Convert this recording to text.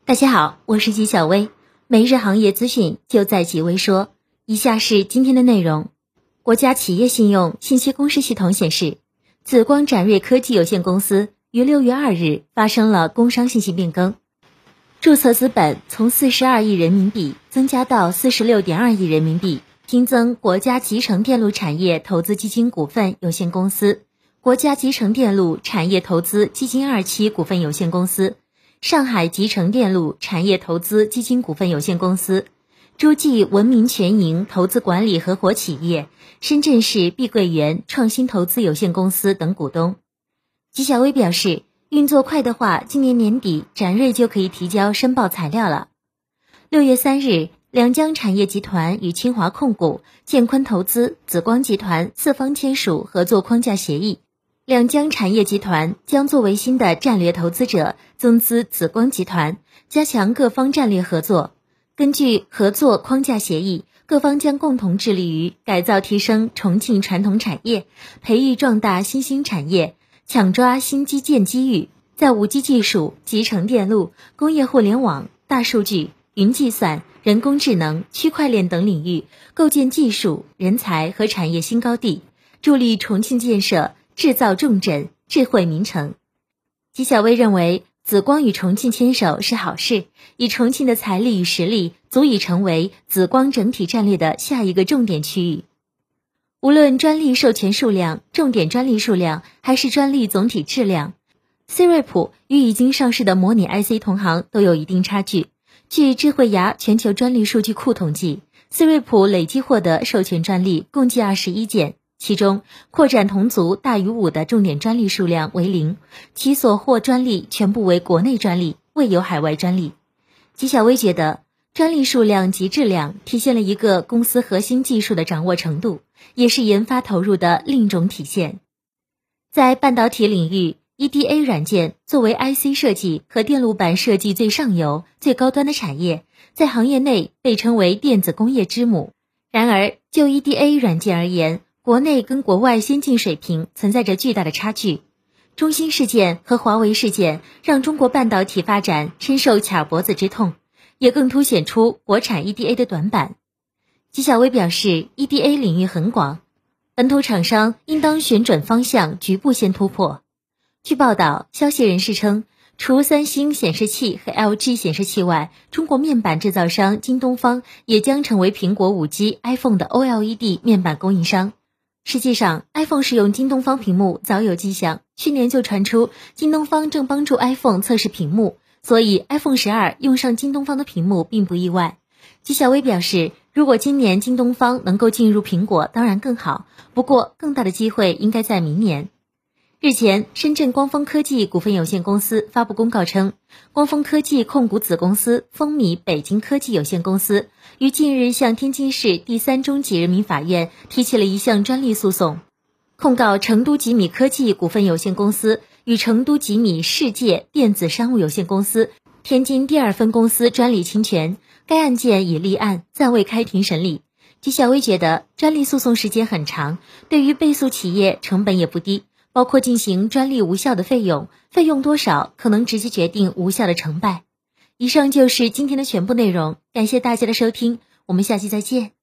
大家好，我是纪晓薇，每日行业资讯就在纪薇说。以下是今天的内容。国家企业信用信息公示系统显示，紫光展锐科技有限公司于6月2日发生了工商信息变更，注册资本从42亿人民币增加到46.2亿人民币，新增国家集成电路产业投资基金股份有限公司、国家集成电路产业投资基金2期股份有限公司、上海集成电路产业投资基金股份有限公司、诸暨文明全营投资管理合伙企业、深圳市碧桂园创新投资有限公司等股东。纪晓薇表示，运作快的话，今年年底展锐就可以提交申报材料了。6月3日，两江产业集团与清华控股、建坤投资、紫光集团四方签署合作框架协议，两江产业集团将作为新的战略投资者，增资紫光集团，加强各方战略合作。根据合作框架协议，各方将共同致力于改造提升重庆传统产业，培育壮大新兴产业，抢抓新基建机遇，在 5G 技术、集成电路、工业互联网、大数据、云计算、人工智能、区块链等领域构建技术、人才和产业新高地，助力重庆建设制造重镇、智慧名城。纪晓薇认为，紫光与重庆牵手是好事，以重庆的财力与实力，足以成为紫光整体战略的下一个重点区域。无论专利授权数量、重点专利数量，还是专利总体质量，思睿普与已经上市的模拟 IC 同行都有一定差距。据智慧牙全球专利数据库统计，思睿普累计获得授权专利共计21件，其中扩展同族大于5的重点专利数量为0，其所获专利全部为国内专利，未有海外专利。纪晓薇觉得，专利数量及质量体现了一个公司核心技术的掌握程度，也是研发投入的另一种体现。在半导体领域， EDA 软件作为 IC 设计和电路板设计最上游、最高端的产业，在行业内被称为电子工业之母。然而，就 EDA 软件而言，国内跟国外先进水平存在着巨大的差距。中兴事件和华为事件让中国半导体发展深受卡脖子之痛，也更凸显出国产 EDA 的短板。纪晓薇表示， EDA 领域很广，本土厂商应当选准方向，局部先突破。据报道，消息人士称，除三星显示器和 LG 显示器外，中国面板制造商京东方也将成为苹果 5G iPhone 的 OLED 面板供应商。实际上 iPhone 使用京东方屏幕早有迹象，去年就传出京东方正帮助 iPhone 测试屏幕，所以 iPhone 12用上京东方的屏幕并不意外。纪晓薇表示，如果今年京东方能够进入苹果当然更好，不过更大的机会应该在明年。日前，深圳光峰科技股份有限公司发布公告称，光峰科技控股子公司风米北京科技有限公司于近日向天津市第3中级人民法院提起了一项专利诉讼，控告成都吉米科技股份有限公司与成都吉米世界电子商务有限公司天津第2分公司专利侵权。该案件已立案，暂未开庭审理。纪晓薇觉得，专利诉讼时间很长，对于被诉企业成本也不低，包括进行专利无效的费用多少可能直接决定无效的成败。以上就是今天的全部内容，感谢大家的收听，我们下期再见。